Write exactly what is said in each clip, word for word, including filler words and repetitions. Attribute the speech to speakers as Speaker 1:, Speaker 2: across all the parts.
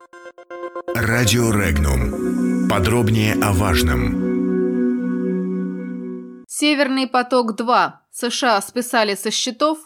Speaker 1: Радио Регнум. Подробнее о важном.
Speaker 2: Северный поток-два. США списали со счетов.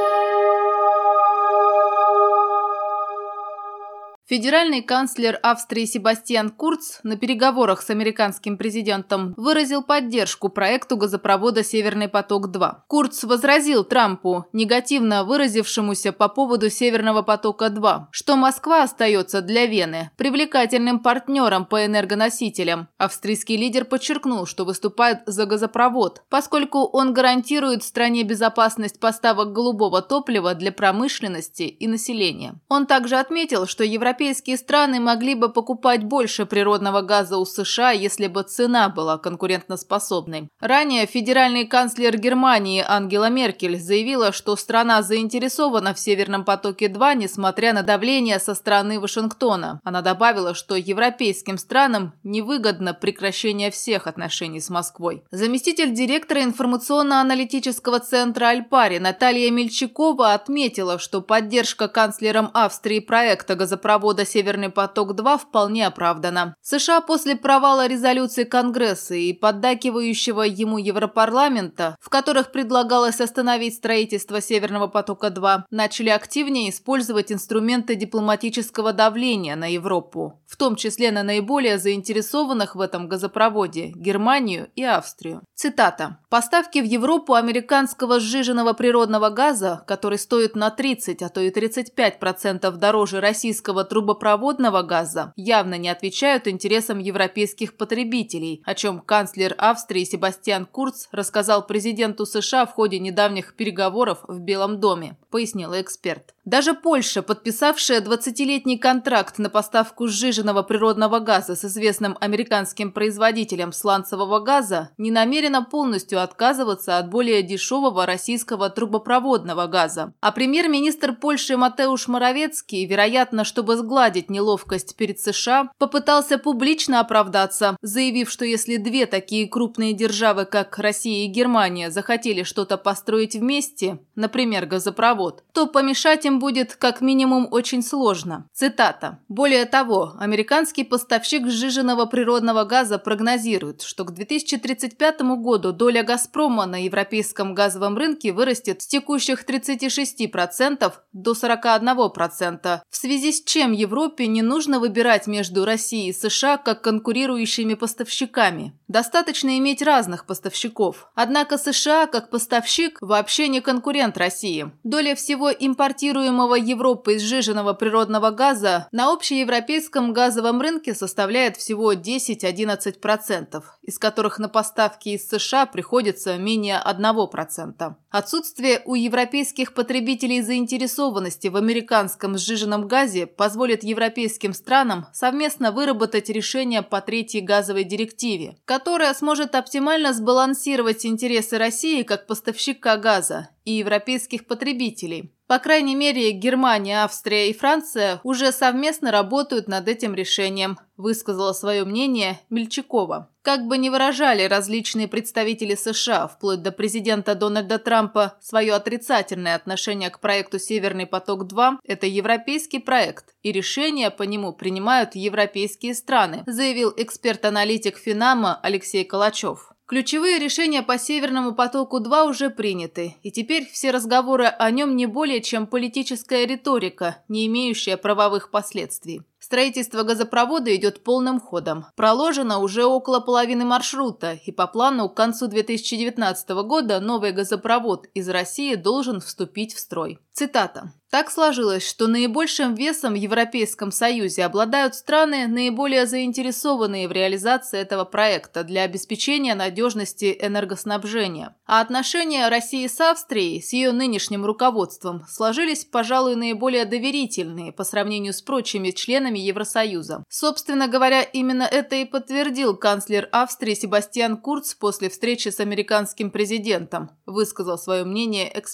Speaker 2: Федеральный канцлер Австрии Себастьян Курц на переговорах с американским президентом выразил поддержку проекту газопровода «Северный поток-два». Курц возразил Трампу, негативно выразившемуся по поводу «Северного потока-два», что Москва остается для Вены привлекательным партнером по энергоносителям. Австрийский лидер подчеркнул, что выступает за газопровод, поскольку он гарантирует стране безопасность поставок голубого топлива для промышленности и населения. Он также отметил, что Европейские Европейские страны могли бы покупать больше природного газа у США, если бы цена была конкурентоспособной. Ранее федеральный канцлер Германии Ангела Меркель заявила, что страна заинтересована в «Северном потоке-два», несмотря на давление со стороны Вашингтона. Она добавила, что европейским странам невыгодно прекращение всех отношений с Москвой. Заместитель директора информационно-аналитического центра «Альпари» Наталья Мельчакова отметила, что поддержка канцлером Австрии проекта газопровода «Северный поток-два» вполне оправдана. США после провала резолюции Конгресса и поддакивающего ему Европарламента, в которых предлагалось остановить строительство «Северного потока-два», начали активнее использовать инструменты дипломатического давления на Европу, в том числе на наиболее заинтересованных в этом газопроводе – Германию и Австрию. Цитата. «Поставки в Европу американского сжиженного природного газа, который стоит на тридцать, а то и тридцать пять процентов дороже российского трубопроводного газа, явно не отвечают интересам европейских потребителей, о чем канцлер Австрии Себастьян Курц рассказал президенту США в ходе недавних переговоров в Белом доме», пояснила эксперт. Даже Польша, подписавшая двадцатилетний контракт на поставку сжиженного природного газа с известным американским производителем сланцевого газа, не намерена полностью отказываться от более дешевого российского трубопроводного газа. А премьер-министр Польши Матеуш Моровецкий, вероятно, чтобы сгладить неловкость перед США, попытался публично оправдаться, заявив, что если две такие крупные державы, как Россия и Германия, захотели что-то построить вместе, например, газопровод, то помешать им будет как минимум очень сложно. Цитата. Более того, американский поставщик сжиженного природного газа прогнозирует, что к две тысячи тридцать пятому году доля «Газпрома» на европейском газовом рынке вырастет с текущих тридцати шести процентов до сорока одного процента, в связи с чем Европе не нужно выбирать между Россией и США как конкурирующими поставщиками. Достаточно иметь разных поставщиков. Однако США, как поставщик, вообще не конкурент России. Доля всего импортируемого Европой сжиженного природного газа на общеевропейском газовом рынке составляет всего десять-одиннадцать процентов, из которых на поставки из США приходится менее одного процента. Отсутствие у европейских потребителей заинтересованности в американском сжиженном газе позволит европейским странам совместно выработать решение по третьей газовой директиве, которая сможет оптимально сбалансировать интересы России как поставщика газа и европейских потребителей. По крайней мере, Германия, Австрия и Франция уже совместно работают над этим решением, высказала свое мнение Мельчакова. Как бы ни выражали различные представители США, вплоть до президента Дональда Трампа, свое отрицательное отношение к проекту «Северный поток-два», это европейский проект, и решения по нему принимают европейские страны, заявил эксперт-аналитик Финама Алексей Калачев. Ключевые решения по «Северному потоку-два» уже приняты, и теперь все разговоры о нем не более чем политическая риторика, не имеющая правовых последствий. Строительство газопровода идет полным ходом. Проложено уже около половины маршрута, и по плану к концу две тысячи девятнадцатого года новый газопровод из России должен вступить в строй. Цитата. Так сложилось, что наибольшим весом в Европейском Союзе обладают страны, наиболее заинтересованные в реализации этого проекта для обеспечения надежности энергоснабжения. А отношения России с Австрией, с ее нынешним руководством, сложились, пожалуй, наиболее доверительные по сравнению с прочими членами Евросоюза. Собственно говоря, именно это и подтвердил канцлер Австрии Себастьян Курц после встречи с американским президентом, высказал свое мнение эксперт.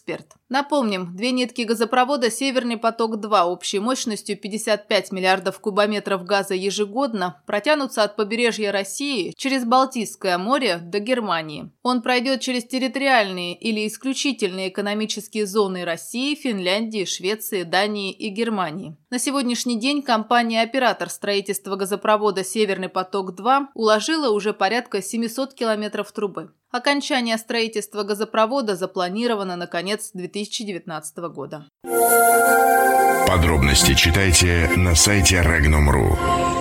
Speaker 2: Напомним, две нитки газопровода «Северный поток-два» общей мощностью пятьдесят пять миллиардов кубометров газа ежегодно протянутся от побережья России через Балтийское море до Германии. Он пройдет через территориальные или исключительные экономические зоны России, Финляндии, Швеции, Дании и Германии. На сегодняшний день компания-оператор строительства газопровода «Северный поток-два» уложила уже порядка семьсот километров трубы. Окончание строительства газопровода запланировано на конец две тысячи девятнадцатого года.
Speaker 1: Подробности читайте на сайте регнум точка ру.